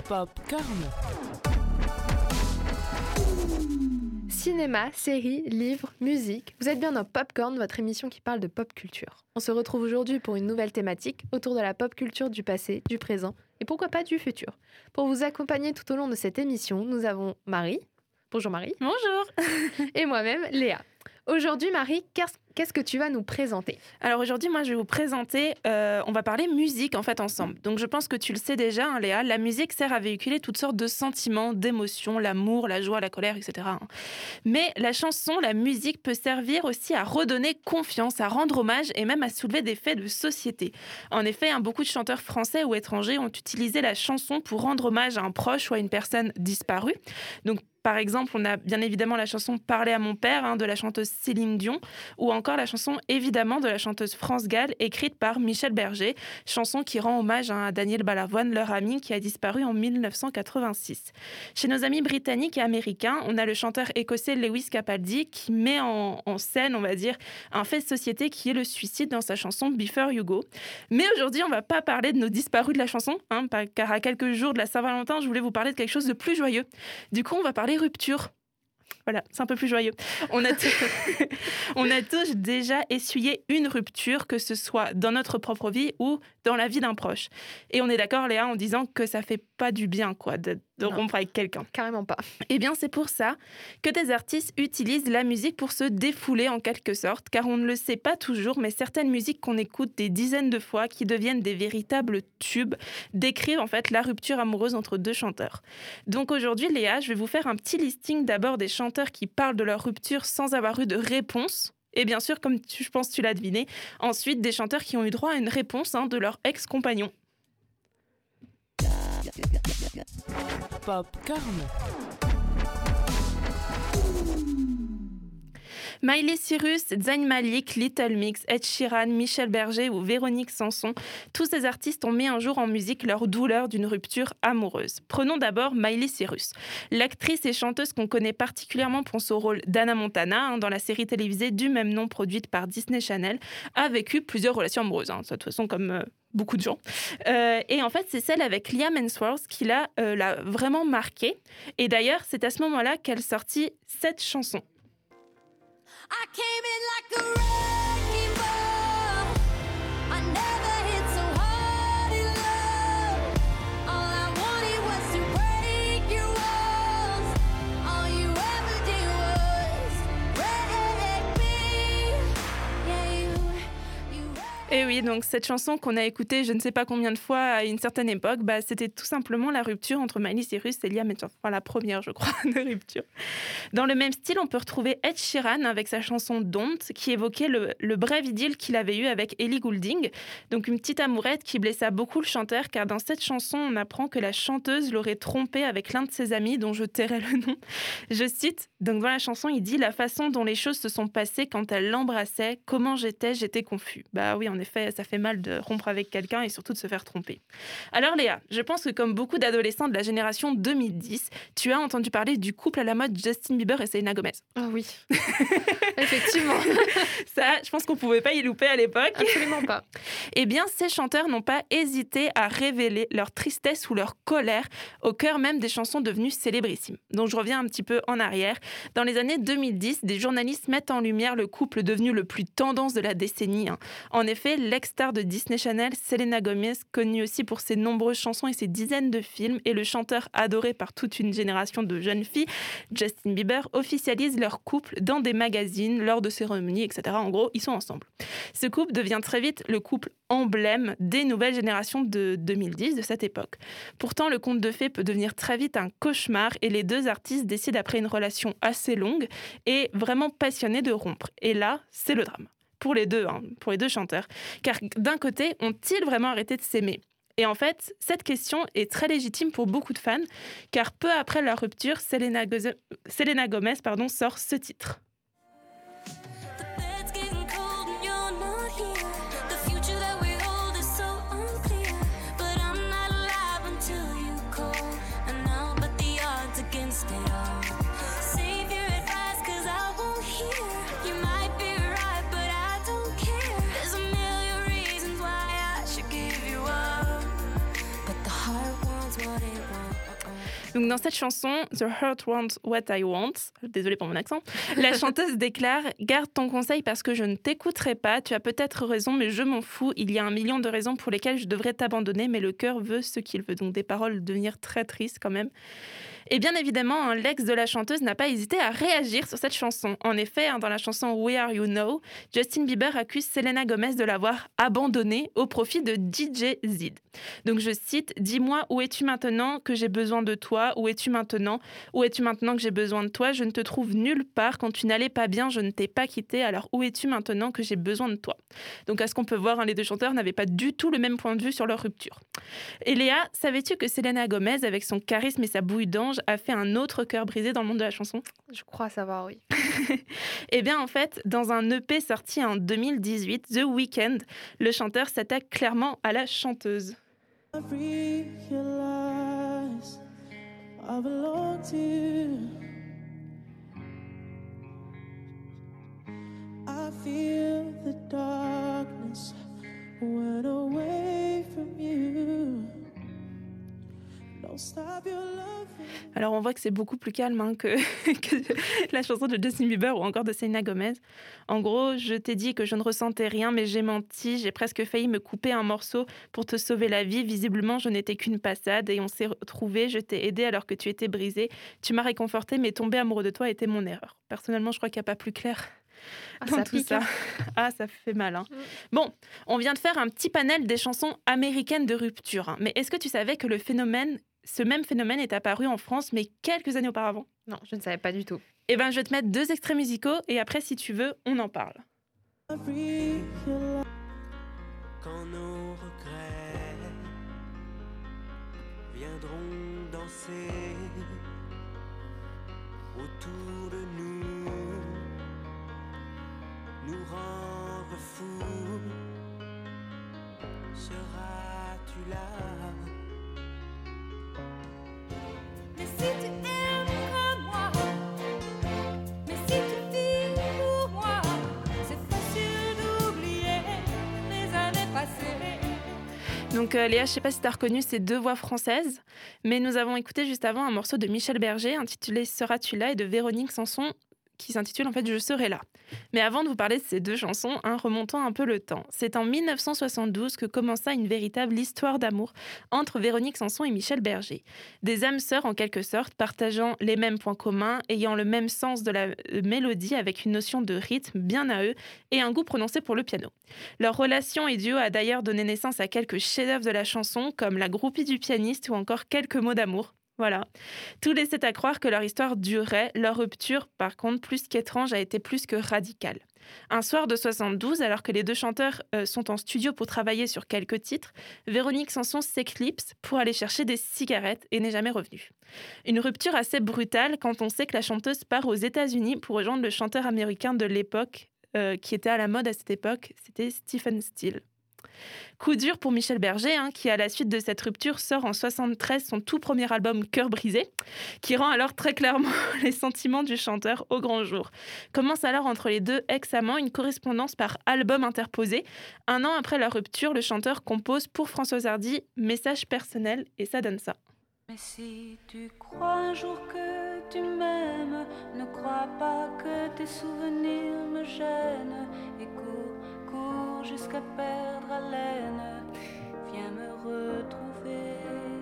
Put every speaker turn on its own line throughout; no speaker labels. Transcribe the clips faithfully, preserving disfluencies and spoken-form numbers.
Popcorn.
Cinéma, séries, livres, musique, vous êtes bien dans Popcorn, votre émission qui parle de pop culture. On se retrouve aujourd'hui pour une nouvelle thématique autour de la pop culture du passé, du présent et pourquoi pas du futur. Pour vous accompagner tout au long de cette émission, nous avons Marie. Bonjour Marie.
Bonjour.
Et moi-même, Léa. Aujourd'hui, Marie, qu'est-ce que tu vas nous présenter ?
Alors aujourd'hui, moi, je vais vous présenter, euh, on va parler musique en fait ensemble. Donc je pense que tu le sais déjà, hein, Léa, la musique sert à véhiculer toutes sortes de sentiments, d'émotions, l'amour, la joie, la colère, et cetera. Mais la chanson, la musique peut servir aussi à redonner confiance, à rendre hommage et même à soulever des faits de société. En effet, hein, beaucoup de chanteurs français ou étrangers ont utilisé la chanson pour rendre hommage à un proche ou à une personne disparue. Donc par exemple, on a bien évidemment la chanson « Parler à mon père » hein, de la chanteuse Céline Dion, ou encore la chanson « Évidemment » de la chanteuse France Gall, écrite par Michel Berger, chanson qui rend hommage hein, à Daniel Balavoine, leur ami, qui a disparu en dix-neuf cent quatre-vingt-six. Chez nos amis britanniques et américains, on a le chanteur écossais Lewis Capaldi qui met en, en scène, on va dire, un fait de société qui est le suicide dans sa chanson « Before You Go ». Mais aujourd'hui, on ne va pas parler de nos disparus de la chanson, hein, car à quelques jours de la Saint-Valentin, je voulais vous parler de quelque chose de plus joyeux. Du coup, on va parler rupture. Voilà, c'est un peu plus joyeux. On a, t- on a tous déjà essuyé une rupture, que ce soit dans notre propre vie ou dans la vie d'un proche. Et on est d'accord, Léa, en disant que ça fait pas du bien, quoi, de, de rompre avec quelqu'un.
Carrément pas.
Eh bien, c'est pour ça que des artistes utilisent la musique pour se défouler en quelque sorte, car on ne le sait pas toujours, mais certaines musiques qu'on écoute des dizaines de fois, qui deviennent des véritables tubes, décrivent en fait la rupture amoureuse entre deux chanteurs. Donc aujourd'hui, Léa, je vais vous faire un petit listing d'abord des chanteurs qui parlent de leur rupture sans avoir eu de réponse. Et bien sûr, comme tu, je pense que tu l'as deviné, ensuite des chanteurs qui ont eu droit à une réponse hein, de leur ex-compagnon.
Popcorn.
Miley Cyrus, Zayn Malik, Little Mix, Ed Sheeran, Michel Berger ou Véronique Sanson, tous ces artistes ont mis un jour en musique leur douleur d'une rupture amoureuse. Prenons d'abord Miley Cyrus. L'actrice et chanteuse qu'on connaît particulièrement pour son rôle d'Hannah Montana hein, dans la série télévisée du même nom produite par Disney Channel, a vécu plusieurs relations amoureuses, hein, de toute façon comme euh, beaucoup de gens. Euh, et en fait, c'est celle avec Liam Hemsworth qui l'a, euh, l'a vraiment marquée. Et d'ailleurs, c'est à ce moment-là qu'elle sortit cette chanson.
I came in like a wrecking ball. I never hit so hard in love. All I wanted was to break your walls. All you ever did was wreck me. Yeah, you, you wreck.
Et oui, donc cette chanson qu'on a écoutée je ne sais pas combien de fois à une certaine époque, bah, c'était tout simplement la rupture entre Miley Cyrus et Liam Hemsworth. Enfin, la première, je crois, de rupture. Dans le même style, on peut retrouver Ed Sheeran avec sa chanson Don't, qui évoquait le, le bref idylle qu'il avait eu avec Ellie Goulding, donc une petite amourette qui blessa beaucoup le chanteur, car dans cette chanson, on apprend que la chanteuse l'aurait trompé avec l'un de ses amis, dont je tairai le nom. Je cite, donc dans la chanson, il dit « La façon dont les choses se sont passées quand elle l'embrassait, comment j'étais, j'étais confus. » Bah oui, en effet, ça fait mal de rompre avec quelqu'un et surtout de se faire tromper. Alors Léa, je pense que comme beaucoup d'adolescents de la génération deux mille dix, tu as entendu parler du couple à la mode Justin Bieber et Selena Gomez.
Ah oh oui, effectivement.
Ça, je pense qu'on ne pouvait pas y louper à l'époque.
Absolument pas.
Eh bien, ces chanteurs n'ont pas hésité à révéler leur tristesse ou leur colère au cœur même des chansons devenues célébrissimes. Donc, je reviens un petit peu en arrière. Dans les années deux mille dix, des journalistes mettent en lumière le couple devenu le plus tendance de la décennie. Hein. En effet, l'ex-star de Disney Channel, Selena Gomez, connue aussi pour ses nombreuses chansons et ses dizaines de films, et le chanteur adoré par toute une génération de jeunes filles, Justin Bieber, officialisent leur couple dans des magazines, lors de cérémonies, et cetera. En gros, ils sont ensemble. Ce couple devient très vite le couple emblème des nouvelles générations de deux mille dix, de cette époque. Pourtant, le conte de fées peut devenir très vite un cauchemar et les deux artistes décident, après une relation assez longue et vraiment passionnée, de rompre. Et là, c'est le drame. Pour les deux, hein, pour les deux chanteurs. Car d'un côté, ont-ils vraiment arrêté de s'aimer ? Et en fait, cette question est très légitime pour beaucoup de fans, car peu après leur rupture, Selena, Goze- Selena Gomez pardon, sort ce titre.
The bed's getting cold and you're not here. The future that we hold is so unclear. But I'm not alive until you call. And I'll bet the odds against it all. Save your advice, cause I won't hear. You might be right, but I don't care. There's a million reasons why I should give you up. But the heart wants what it wants.
Donc dans cette chanson, The Heart Wants What I Want, désolée pour mon accent, la chanteuse déclare « Garde ton conseil parce que je ne t'écouterai pas, tu as peut-être raison mais je m'en fous, il y a un million de raisons pour lesquelles je devrais t'abandonner mais le cœur veut ce qu'il veut ». Donc des paroles devenir très tristes quand même. Et bien évidemment, hein, l'ex de la chanteuse n'a pas hésité à réagir sur cette chanson. En effet, hein, dans la chanson We Are You Know, Justin Bieber accuse Selena Gomez de l'avoir abandonnée au profit de D J Zid. Donc je cite « Dis-moi où es-tu maintenant que j'ai besoin de toi ? Où es-tu maintenant ? Où es-tu maintenant que j'ai besoin de toi ? Je ne te trouve nulle part. Quand tu n'allais pas bien, je ne t'ai pas quitté. Alors où es-tu maintenant que j'ai besoin de toi ?» Donc à ce qu'on peut voir, hein, les deux chanteurs n'avaient pas du tout le même point de vue sur leur rupture. Et Léa, savais-tu que Selena Gomez, avec son charisme et sa bouille d'ange, a fait un autre cœur brisé dans le monde de la chanson ?
Je crois savoir, oui.
Eh bien, en fait, dans un E P sorti en deux mille dix-huit, The Weeknd, le chanteur s'attaque clairement à la chanteuse.
I realize I belong to you. I feel the darkness when away from you. Don't stop your love.
Alors on voit que c'est beaucoup plus calme hein, que, que la chanson de Justin Bieber ou encore de Selena Gomez. En gros, je t'ai dit que je ne ressentais rien, mais j'ai menti. J'ai presque failli me couper un morceau pour te sauver la vie. Visiblement, je n'étais qu'une passade et on s'est retrouvés. Je t'ai aidé alors que tu étais brisé. Tu m'as réconforté, mais tomber amoureux de toi était mon erreur. Personnellement, je crois qu'il n'y a pas plus clair.
Ah,
dans
ça
tout
pique,
ça.
hein.
Ah, ça fait mal. Hein.
Mm.
Bon, on vient de faire un petit panel des chansons américaines de rupture. Hein. Mais est-ce que tu savais que le phénomène, ce même phénomène est apparu en France, mais quelques années auparavant ?
Non, je ne savais pas du tout.
Eh bien, je vais te mettre deux extraits musicaux et après, si tu veux, on en parle.
I realize
Quand nos regrets viendront danser autour de nous, nous rendre fous, seras-tu là?
Mais si tu aimes comme moi, mais si tu vis pour moi, c'est facile d'oublier les années passées.
Donc euh, Léa, je ne sais pas si tu as reconnu ces deux voix françaises, mais nous avons écouté juste avant un morceau de Michel Berger intitulé « Seras-tu là ?» et de Véronique Sanson qui s'intitule en fait « Je serai là ». Mais avant de vous parler de ces deux chansons, hein, remontons un peu le temps. C'est en dix-neuf cent soixante-douze que commença une véritable histoire d'amour entre Véronique Sanson et Michel Berger. Des âmes sœurs en quelque sorte, partageant les mêmes points communs, ayant le même sens de la euh, mélodie avec une notion de rythme bien à eux et un goût prononcé pour le piano. Leur relation et duo a d'ailleurs donné naissance à quelques chefs-d'œuvre de la chanson comme La groupie du pianiste ou encore Quelques mots d'amour. Voilà. Tout laissait à croire que leur histoire durerait. Leur rupture, par contre, plus qu'étrange, a été plus que radicale. Un soir de soixante-douze, alors que les deux chanteurs euh, sont en studio pour travailler sur quelques titres, Véronique Sanson s'éclipse pour aller chercher des cigarettes et n'est jamais revenue. Une rupture assez brutale quand on sait que la chanteuse part aux États-Unis pour rejoindre le chanteur américain de l'époque, euh, qui était à la mode à cette époque, c'était Stephen Stills. Coup dur pour Michel Berger, hein, qui à la suite de cette rupture sort en soixante-treize son tout premier album Cœur brisé, qui rend alors très clairement les sentiments du chanteur au grand jour. Commence alors entre les deux ex-amants une correspondance par album interposé. Un an après la rupture, le chanteur compose pour Françoise Hardy Message personnel et ça donne ça.
Mais si tu crois un jour que tu m'aimes, ne crois pas que tes souvenirs me gênent. Et cours, cours jusqu'à perdre haleine, viens me retrouver.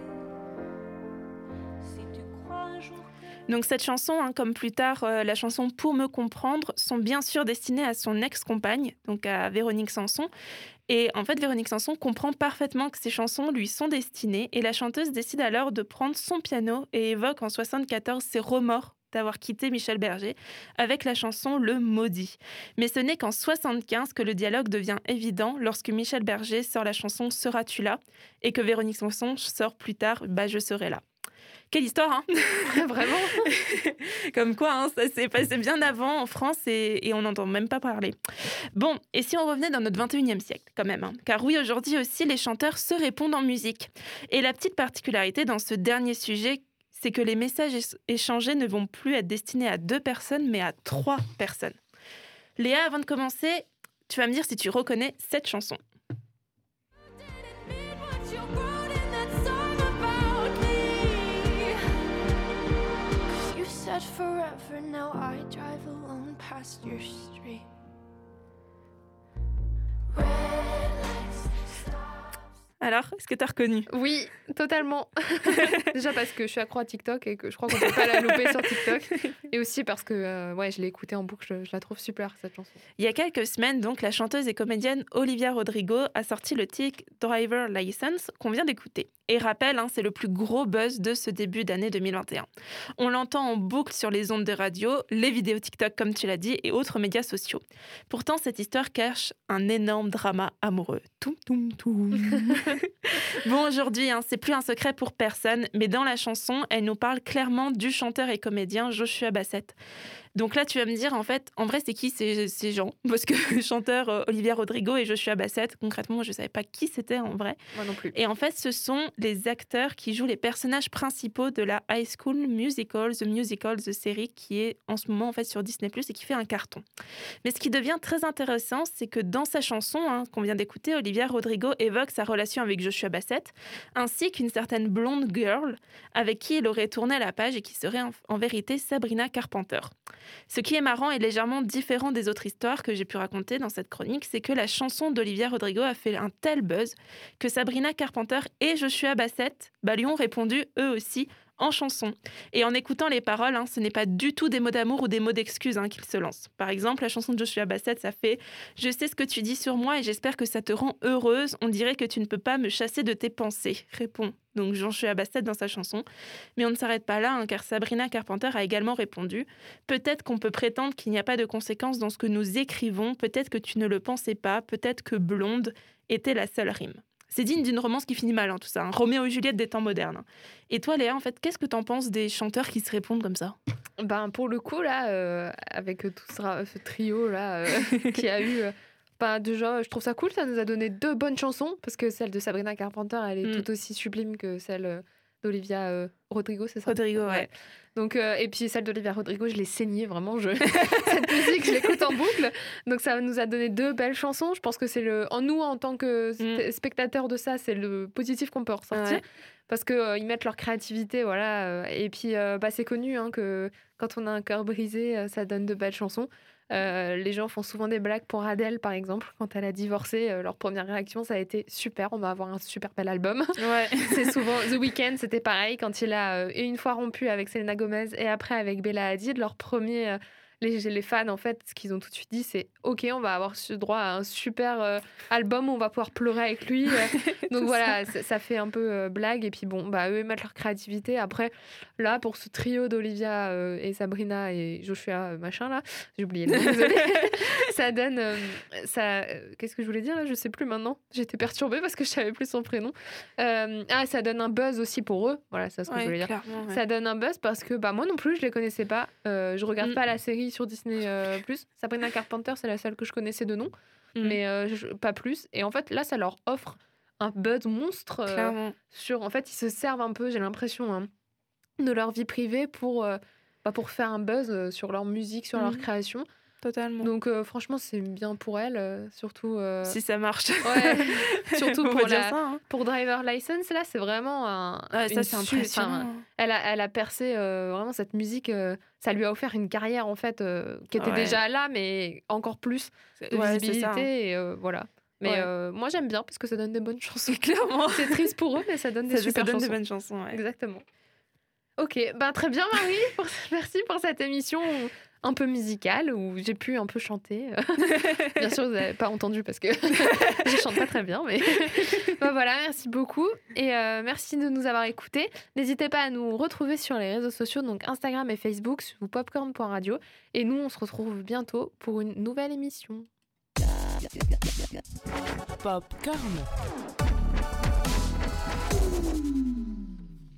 Si tu crois un jour que...
Donc cette chanson, hein, comme plus tard euh, la chanson Pour me comprendre, sont bien sûr destinées à son ex-compagne, donc à Véronique Sanson. Et en fait, Véronique Sanson comprend parfaitement que ces chansons lui sont destinées et la chanteuse décide alors de prendre son piano et évoque en soixante-quatorze ses remords d'avoir quitté Michel Berger avec la chanson Le Maudit. Mais ce n'est qu'en soixante-quinze que le dialogue devient évident lorsque Michel Berger sort la chanson Seras-tu là et que Véronique Sanson sort plus tard Bah je serai là. Quelle histoire, hein.
Vraiment.
Comme quoi, hein, ça s'est passé bien avant en France et, et on n'entend même pas parler. Bon, et si on revenait dans notre vingt et unième siècle, quand même, hein, car oui, aujourd'hui aussi, les chanteurs se répondent en musique. Et la petite particularité dans ce dernier sujet, c'est que les messages échangés ne vont plus être destinés à deux personnes, mais à trois personnes. Léa, avant de commencer, tu vas me dire si tu reconnais cette chanson.
across your street.
Alors, est-ce que t'as reconnu?
Oui, totalement. Déjà parce que je suis accro à TikTok et que je crois qu'on peut pas la louper sur TikTok. Et aussi parce que euh, ouais, je l'ai écoutée en boucle, je, je la trouve super cette chanson.
Il y a quelques semaines, donc, la chanteuse et comédienne Olivia Rodrigo a sorti le titre Driver License qu'on vient d'écouter. Et rappel, hein, c'est le plus gros buzz de ce début d'année deux mille vingt et un. On l'entend en boucle sur les ondes de radio, les vidéos TikTok comme tu l'as dit et autres médias sociaux. Pourtant, cette histoire cache un énorme drama amoureux. Toum, toum, toum. Bon, aujourd'hui, hein, c'est plus un secret pour personne, mais dans la chanson, elle nous parle clairement du chanteur et comédien Joshua Bassett. Donc là, tu vas me dire, en fait, en vrai, c'est qui ces, ces gens? Parce que le chanteur euh, Olivia Rodrigo et Joshua Bassett, concrètement, moi, je ne savais pas qui c'était en vrai.
Moi non plus.
Et en fait, ce sont les acteurs qui jouent les personnages principaux de la High School Musical, The Musical, The Série, qui est en ce moment en fait sur Disney plus, et qui fait un carton. Mais ce qui devient très intéressant, c'est que dans sa chanson hein, qu'on vient d'écouter, Olivia Rodrigo évoque sa relation avec Joshua Bassett, ainsi qu'une certaine blonde girl avec qui il aurait tourné la page et qui serait en, en vérité Sabrina Carpenter. Ce qui est marrant et légèrement différent des autres histoires que j'ai pu raconter dans cette chronique, c'est que la chanson d'Olivia Rodrigo a fait un tel buzz que Sabrina Carpenter et Joshua Bassett bah, lui ont répondu eux aussi en chanson. Et en écoutant les paroles, hein, ce n'est pas du tout des mots d'amour ou des mots d'excuses hein, qu'ils se lancent. Par exemple, la chanson de Joshua Bassett, ça fait « Je sais ce que tu dis sur moi et j'espère que ça te rend heureuse. On dirait que tu ne peux pas me chasser de tes pensées. » Répond donc Joshua Bassett dans sa chanson. Mais on ne s'arrête pas là, hein, car Sabrina Carpenter a également répondu « Peut-être qu'on peut prétendre qu'il n'y a pas de conséquences dans ce que nous écrivons. Peut-être que tu ne le pensais pas. Peut-être que blonde était la seule rime. » C'est digne d'une romance qui finit mal, hein, tout ça. Hein. Roméo et Juliette des temps modernes. Et toi, Léa, en fait, qu'est-ce que t'en penses des chanteurs qui se répondent comme ça?
Ben, pour le coup, là, euh, avec tout ce, ce trio-là euh, qui a eu... Euh, ben, déjà, je trouve ça cool. Ça nous a donné deux bonnes chansons, parce que celle de Sabrina Carpenter, elle est mm. tout aussi sublime que celle euh, d'Olivia euh, Rodrigo, c'est ça?
Rodrigo, ouais. ouais.
Donc, euh, et puis celle d'Olivia Rodrigo, je l'ai saignée, vraiment. Je... Cette musique, je l'écoute en boucle. Donc ça nous a donné deux belles chansons. Je pense que c'est le... En nous, en tant que mm. spectateurs de ça, c'est le positif qu'on peut ressortir. Ouais. Parce qu'ils euh, mettent leur créativité, voilà. Euh, et puis, euh, bah, c'est connu hein, que quand on a un cœur brisé, euh, ça donne de belles chansons. Euh, les gens font souvent des blagues pour Adèle, par exemple. Quand elle a divorcé, euh, leur première réaction, ça a été super, on va avoir un super bel album.
Ouais.
C'est souvent The Weeknd, c'était pareil. Quand il a euh, une fois rompu avec Selena Gomez et après avec Bella Hadid, leur premier... Euh, les, les fans, en fait, ce qu'ils ont tout de suite dit, c'est « Ok, on va avoir droit à un super euh, album où on va pouvoir pleurer avec lui. » Donc voilà, ça. ça fait un peu euh, blague. Et puis bon, bah, eux, ils mettent leur créativité. Après, là, pour ce trio d'Olivia euh, et Sabrina et Joshua, euh, machin, là, j'ai oublié le nom, désolée. Ça donne... Euh, ça, euh, qu'est-ce que je voulais dire, là? Je sais plus maintenant. J'étais perturbée parce que je savais plus son prénom. Euh, ah, ça donne un buzz aussi pour eux. Voilà, c'est ce que
ouais,
je voulais dire.
Ouais.
Ça donne un buzz parce que bah, moi non plus, je les connaissais pas. Euh, je regarde mm. pas la série sur Disney+. Euh, plus. Sabrina Carpenter, c'est la seule que je connaissais de nom, mm. mais euh, je, pas plus. Et en fait, là, ça leur offre un buzz monstre. Euh, sur, en fait, ils se servent un peu, j'ai l'impression, hein, de leur vie privée pour, euh, bah, pour faire un buzz euh, sur leur musique, sur mm. leur création.
Totalement.
Donc euh, franchement, c'est bien pour elle, euh, surtout... Euh...
Si ça marche.
Ouais, surtout pour, la,
ça, hein.
pour Driver License, là, c'est vraiment un...
Ouais, ça, c'est impressionnant.
Enfin, elle, a, elle a percé euh, vraiment cette musique, euh, ça lui a offert une carrière, en fait, euh, qui était ouais. déjà là, mais encore plus de ouais, visibilité, ça, hein. et euh, voilà. Mais ouais. euh, moi, j'aime bien, parce que ça donne des bonnes chansons.
Clairement.
C'est triste pour eux, mais ça donne des
ça,
super
ça donne
chansons.
des bonnes chansons, ouais.
Exactement. Ok, ben, très bien, Marie. Pour... Merci pour cette émission un peu musicale où j'ai pu un peu chanter. Bien sûr, vous n'avez pas entendu parce que je chante pas très bien, mais ben voilà, merci beaucoup et euh, merci de nous avoir écoutés. N'hésitez pas à nous retrouver sur les réseaux sociaux, donc Instagram et Facebook, sous popcorn point radio. Et nous, on se retrouve bientôt pour une nouvelle émission.
Popcorn.